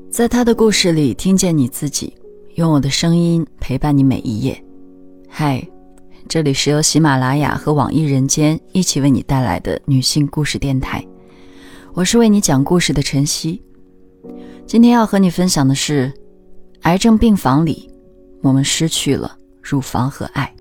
在他的故事里听见你自己，用我的声音陪伴你每一页。嗨，这里是由喜马拉雅和网易人间一起为你带来的女性故事电台，我是为你讲故事的晨曦。今天要和你分享的是，癌症病房里，我们失去了乳房和爱。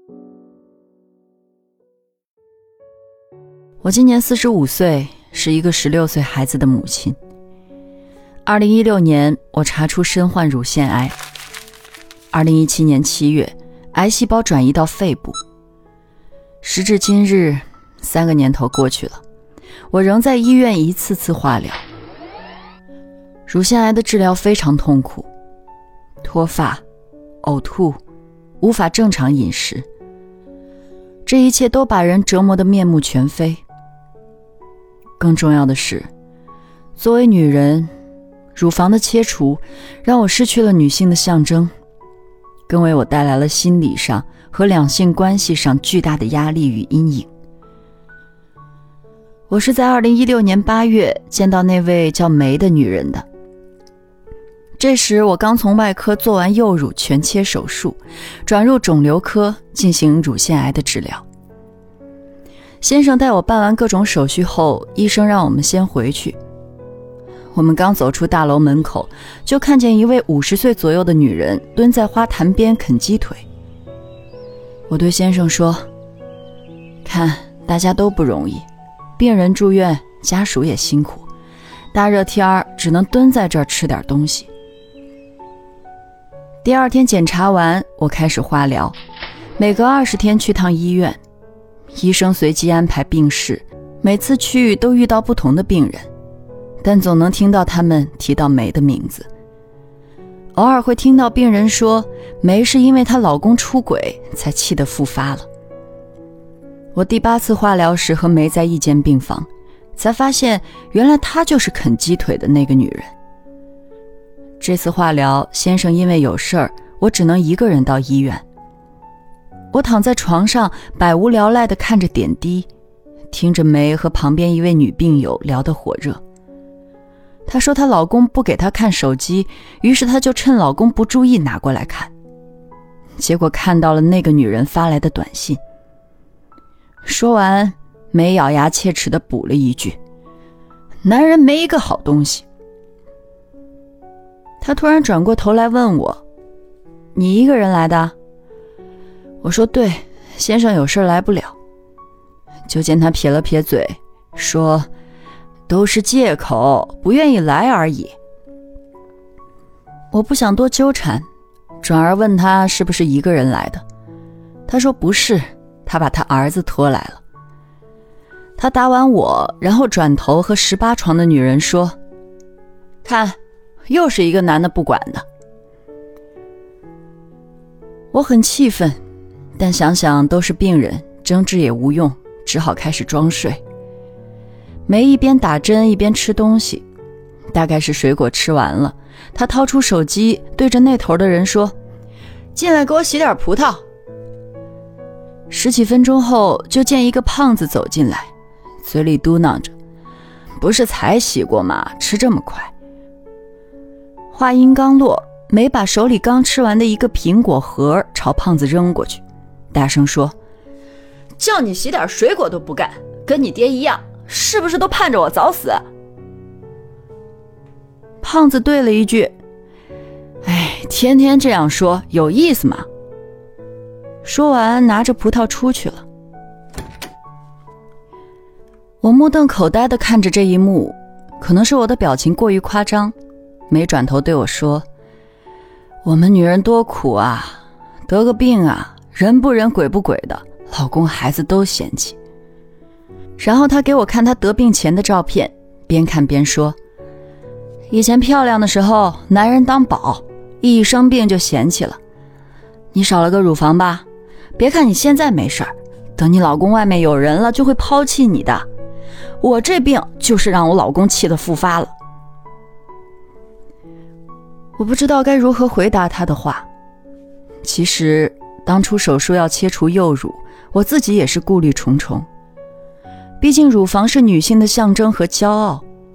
我今年45岁，是一个16岁孩子的母亲。2016年，我查出身患乳腺癌。2017年7月，癌细胞转移到肺部。时至今日，3个年头过去了，我仍在医院一次次化疗。乳腺癌的治疗非常痛苦，脱发、呕吐，无法正常饮食，这一切都把人折磨得面目全非。更重要的是，作为女人，乳房的切除让我失去了女性的象征，更为我带来了心理上和两性关系上巨大的压力与阴影。我是在2016年8月见到那位叫梅的女人的。这时我刚从外科做完右乳全切手术，转入肿瘤科进行乳腺癌的治疗。先生带我办完各种手续后，医生让我们先回去。我们刚走出大楼门口，就看见一位50岁左右的女人蹲在花坛边啃鸡腿。我对先生说，看大家都不容易，病人住院，家属也辛苦，大热天只能蹲在这儿吃点东西。第二天检查完，我开始化疗，每隔20天去趟医院，医生随机安排病室，每次去都遇到不同的病人，但总能听到他们提到梅的名字。偶尔会听到病人说，梅是因为她老公出轨才气得复发了。我第8次化疗时和梅在一间病房，才发现原来她就是啃鸡腿的那个女人。这次化疗，先生因为有事儿，我只能一个人到医院。我躺在床上，百无聊赖地看着点滴，听着梅和旁边一位女病友聊得火热。她说她老公不给她看手机，于是她就趁老公不注意拿过来看，结果看到了那个女人发来的短信。说完，梅咬牙切齿地补了一句，男人没一个好东西。她突然转过头来问我，你一个人来的？我说对，先生有事来不了。就见他撇了撇嘴，说都是借口，不愿意来而已。我不想多纠缠，转而问他是不是一个人来的。他说不是，他把他儿子拖来了。他打完我，然后转头和18床的女人说，看，又是一个男的不管的。我很气愤，但想想都是病人，争执也无用，只好开始装睡。梅一边打针一边吃东西，大概是水果吃完了，她掏出手机对着那头的人说，进来给我洗点葡萄。10几分钟后，就见一个胖子走进来，嘴里嘟囔着，不是才洗过吗？吃这么快。话音刚落，梅把手里刚吃完的一个苹果核朝胖子扔过去，大声说，叫你洗点水果都不干，跟你爹一样，是不是都盼着我早死？胖子对了一句，哎，天天这样说有意思吗？说完拿着葡萄出去了。我目瞪口呆地看着这一幕，可能是我的表情过于夸张，梅转头对我说，我们女人多苦啊，得个病啊，人不人鬼不鬼的，老公孩子都嫌弃。然后他给我看他得病前的照片，边看边说，以前漂亮的时候男人当宝，一生病就嫌弃了，你少了个乳房吧，别看你现在没事儿，等你老公外面有人了就会抛弃你的，我这病就是让我老公气得复发了。我不知道该如何回答他的话。其实当初手术要切除右乳，我自己也是顾虑重重。毕竟乳房是女性的象征和骄傲，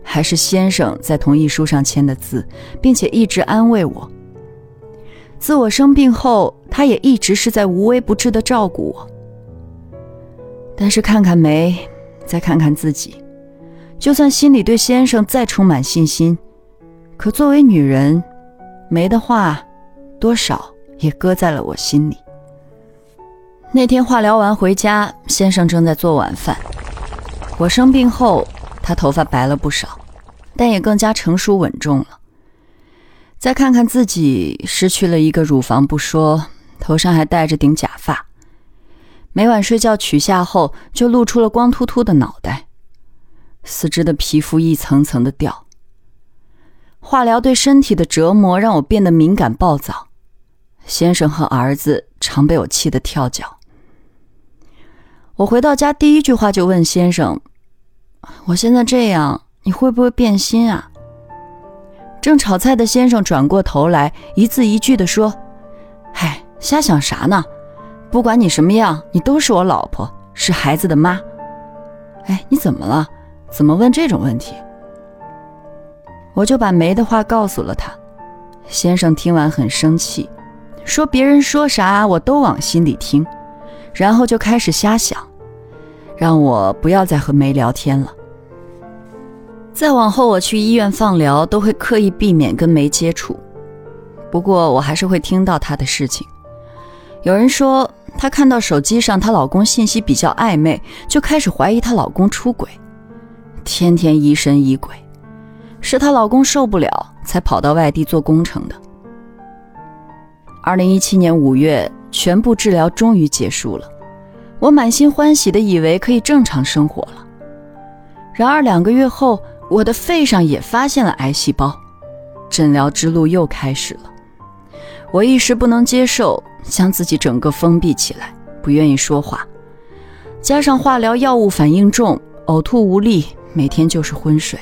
还是先生在同意书上签的字，并且一直安慰我。自我生病后，他也一直是在无微不至地照顾我。但是看看梅，再看看自己，就算心里对先生再充满信心，可作为女人，梅的话多少也搁在了我心里。那天化疗完回家，先生正在做晚饭。我生病后，他头发白了不少，但也更加成熟稳重了。再看看自己，失去了一个乳房不说，头上还戴着顶假发，每晚睡觉取下后就露出了光秃秃的脑袋，四肢的皮肤一层层的掉。化疗对身体的折磨让我变得敏感暴躁，先生和儿子常被我气得跳脚。我回到家第一句话就问先生，我现在这样，你会不会变心啊？正炒菜的先生转过头来，一字一句地说，嗨，瞎想啥呢？不管你什么样，你都是我老婆，是孩子的妈。哎，你怎么了？怎么问这种问题？我就把梅的话告诉了他。先生听完很生气，说别人说啥我都往心里听，然后就开始瞎想，让我不要再和梅聊天了。再往后我去医院放疗都会刻意避免跟梅接触，不过我还是会听到她的事情。有人说她看到手机上她老公信息比较暧昧，就开始怀疑她老公出轨，天天疑神疑鬼，是她老公受不了才跑到外地做工程的。2017年5月，全部治疗终于结束了，我满心欢喜地以为可以正常生活了。然而2个月后，我的肺上也发现了癌细胞，诊疗之路又开始了。我一时不能接受，将自己整个封闭起来，不愿意说话，加上化疗药物反应重，呕吐无力，每天就是昏睡。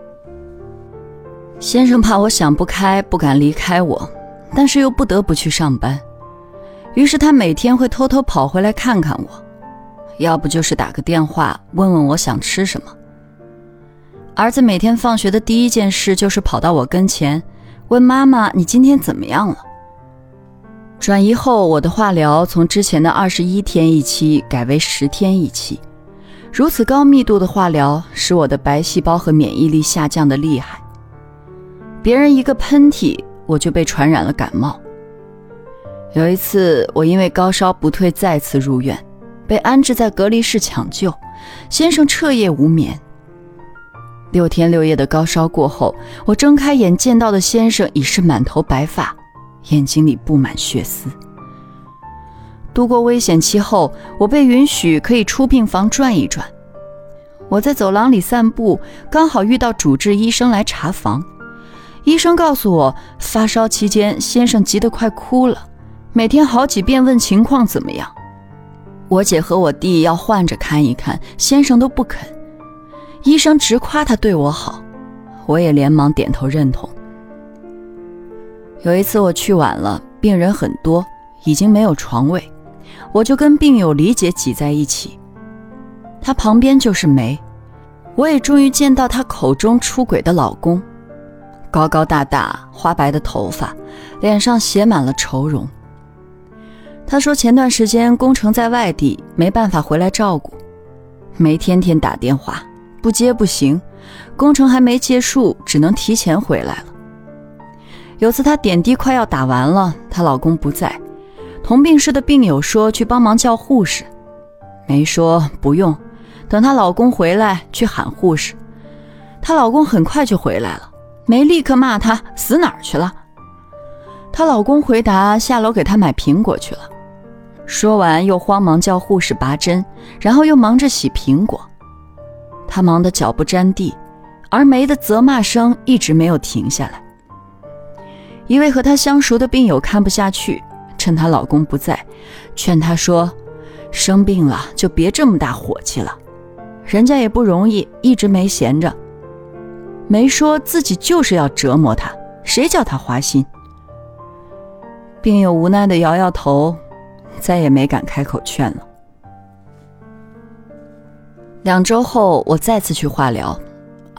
先生怕我想不开，不敢离开我，但是又不得不去上班，于是他每天会偷偷跑回来看看我，要不就是打个电话问问我想吃什么。儿子每天放学的第一件事就是跑到我跟前，问妈妈你今天怎么样了。转移后，我的化疗从之前的21天一期改为10天一期，如此高密度的化疗使我的白细胞和免疫力下降的厉害，别人一个喷嚏我就被传染了感冒。有一次我因为高烧不退再次入院，被安置在隔离室抢救，先生彻夜无眠。6天6夜的高烧过后，我睁开眼见到的先生已是满头白发，眼睛里布满血丝。度过危险期后，我被允许可以出病房转一转。我在走廊里散步，刚好遇到主治医生来查房。医生告诉我，发烧期间先生急得快哭了，每天好几遍问情况怎么样。我姐和我弟要换着看一看，先生都不肯。医生直夸他对我好，我也连忙点头认同。有一次我去晚了，病人很多，已经没有床位，我就跟病友李姐挤在一起，她旁边就是梅，我也终于见到她口中出轨的老公，高高大大，花白的头发，脸上写满了愁容。他说前段时间工程在外地，没办法回来照顾，梅天天打电话，不接不行，工程还没结束，只能提前回来了。有次她点滴快要打完了，她老公不在，同病室的病友说去帮忙叫护士，梅说不用，等她老公回来去喊护士。她老公很快就回来了，梅立刻骂她死哪儿去了。她老公回答下楼给她买苹果去了，说完又慌忙叫护士拔针，然后又忙着洗苹果。她忙得脚不沾地，而梅的责骂声一直没有停下来。一位和她相熟的病友看不下去，趁她老公不在，劝她说，生病了就别这么大火气了，人家也不容易，一直没闲着。梅说自己就是要折磨她，谁叫她花心。病友无奈地摇摇头，再也没敢开口劝了。2周后我再次去化疗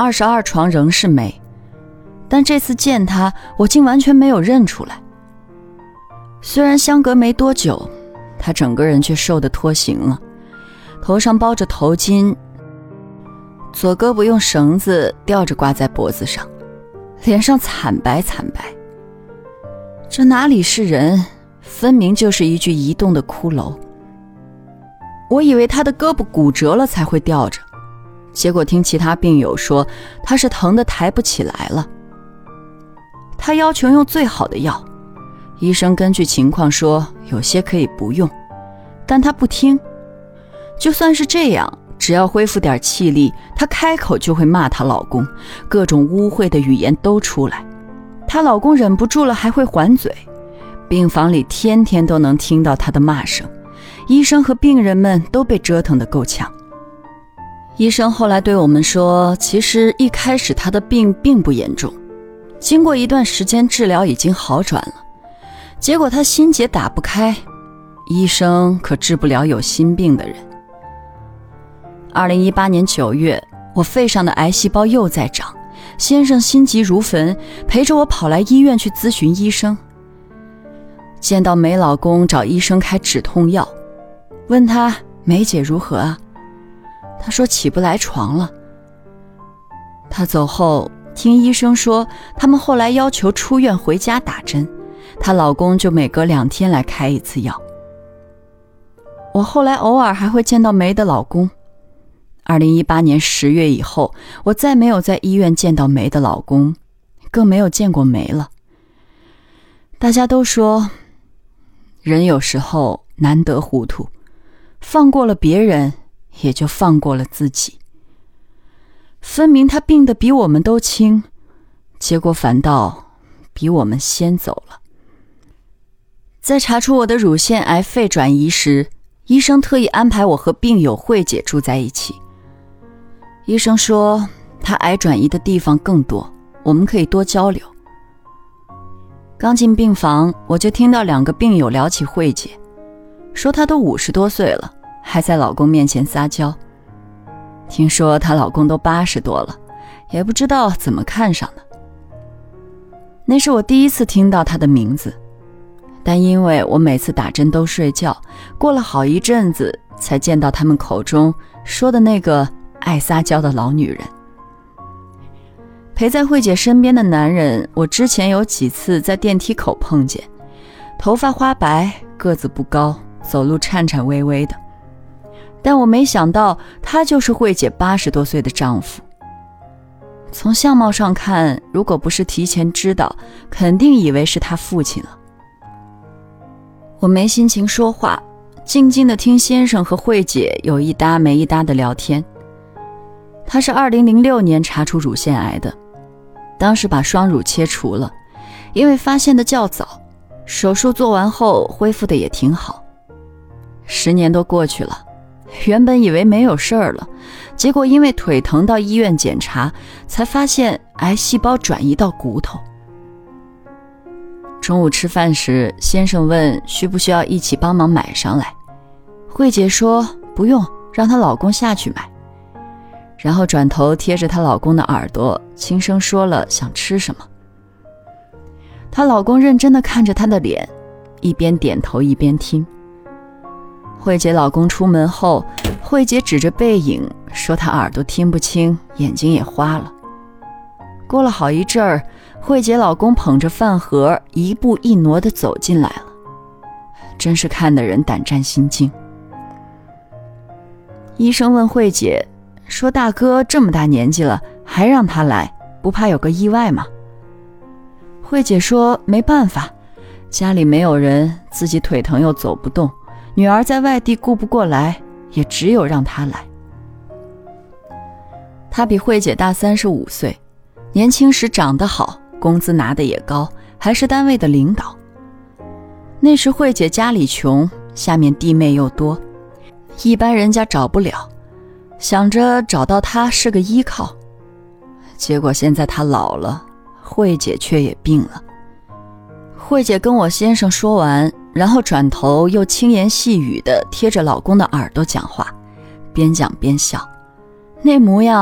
22床仍是梅，但这次见她，我竟完全没有认出来。虽然相隔没多久，她整个人却瘦得脱形了，头上包着头巾，左胳膊用绳子吊着挂在脖子上，脸上惨白惨白。这哪里是人，分明就是一具移动的骷髅。我以为他的胳膊骨折了才会吊着，结果听其他病友说他是疼得抬不起来了。他要求用最好的药，医生根据情况说有些可以不用，但他不听。就算是这样，只要恢复点气力，她开口就会骂她老公，各种污秽的语言都出来。她老公忍不住了还会还嘴，病房里天天都能听到她的骂声，医生和病人们都被折腾得够呛。医生后来对我们说，其实一开始她的病并不严重，经过一段时间治疗已经好转了，结果她心结打不开，医生可治不了有心病的人。2018年9月，我肺上的癌细胞又在长，先生心急如焚，陪着我跑来医院去咨询医生。见到梅老公，找医生开止痛药，问他梅姐如何啊？他说起不来床了。他走后，听医生说他们后来要求出院回家打针，她老公就每隔2天来开一次药。我后来偶尔还会见到梅的老公。2018年10月以后，我再没有在医院见到梅的老公，更没有见过梅了。大家都说，人有时候难得糊涂，放过了别人，也就放过了自己。分明他病得比我们都轻，结果反倒比我们先走了。在查出我的乳腺癌肺转移时，医生特意安排我和病友慧姐住在一起。医生说她癌转移的地方更多，我们可以多交流。刚进病房，我就听到2个病友聊起慧姐，说她都50多岁了，还在老公面前撒娇。听说她老公都80多了，也不知道怎么看上的。那是我第一次听到她的名字，但因为我每次打针都睡觉，过了好一阵子才见到他们口中说的那个爱撒娇的老女人。陪在慧姐身边的男人，我之前有几次在电梯口碰见，头发花白，个子不高，走路颤颤巍巍的。但我没想到他就是慧姐80多岁的丈夫。从相貌上看，如果不是提前知道，肯定以为是他父亲了。我没心情说话，静静地听先生和慧姐有一搭没一搭的聊天。他是2006年查出乳腺癌的，当时把双乳切除了，因为发现的较早，手术做完后恢复的也挺好。10年多过去了，原本以为没有事儿了，结果因为腿疼到医院检查，才发现癌细胞转移到骨头。中午吃饭时，先生问需不需要一起帮忙买上来，慧姐说不用，让她老公下去买，然后转头贴着她老公的耳朵轻声说了想吃什么。她老公认真地看着她的脸，一边点头一边听。慧姐老公出门后，慧姐指着背影说她耳朵听不清，眼睛也花了。过了好一阵儿，慧姐老公捧着饭盒一步一挪地走进来了，真是看得人胆战心惊。医生问慧姐说，大哥这么大年纪了还让他来，不怕有个意外吗？慧姐说没办法，家里没有人，自己腿疼又走不动，女儿在外地顾不过来，也只有让她来。她比慧姐大35岁，年轻时长得好，工资拿得也高，还是单位的领导。那时慧姐家里穷，下面弟妹又多，一般人家找不了，想着找到她是个依靠。结果现在她老了，慧姐却也病了。慧姐跟我先生说完，然后转头又轻言细语地贴着老公的耳朵讲话，边讲边笑，那模样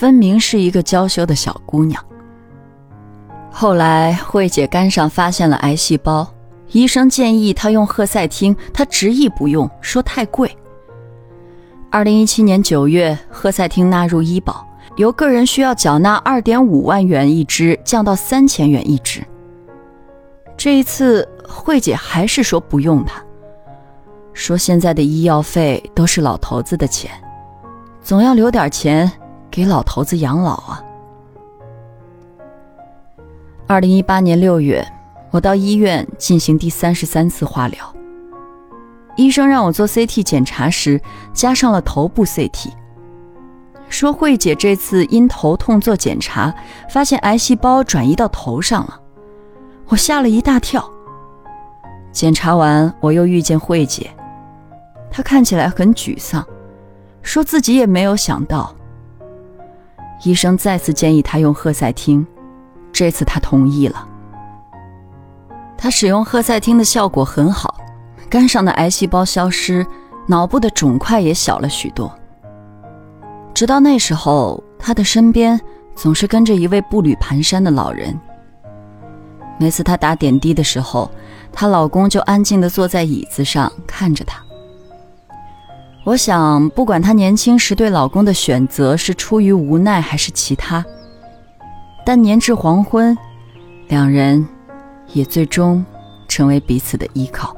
分明是一个娇羞的小姑娘。后来慧姐肝上发现了癌细胞，医生建议她用赫赛汀，她执意不用，说太贵。2017年9月，赫赛汀纳入医保，由个人需要缴纳2.5万元一支降到3000元一支。这一次慧姐还是说不用它，说现在的医药费都是老头子的钱，总要留点钱给老头子养老啊。2018年6月，我到医院进行第33次化疗。医生让我做 CT 检查时加上了头部 CT， 说慧姐这次因头痛做检查，发现癌细胞转移到头上了。我吓了一大跳。检查完，我又遇见慧姐，她看起来很沮丧，说自己也没有想到。医生再次建议她用赫赛汀，这次她同意了。她使用赫赛汀的效果很好，肝上的癌细胞消失，脑部的肿块也小了许多。直到那时候，她的身边总是跟着一位步履蹒跚的老人。每次她打点滴的时候，她老公就安静地坐在椅子上看着她。我想，不管她年轻时对老公的选择是出于无奈还是其他，但年至黄昏，两人也最终成为彼此的依靠。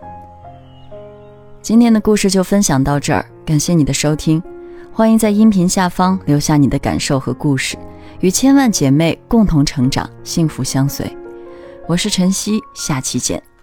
今天的故事就分享到这儿，感谢你的收听，欢迎在音频下方留下你的感受和故事，与千万姐妹共同成长，幸福相随。我是晨曦，下期见。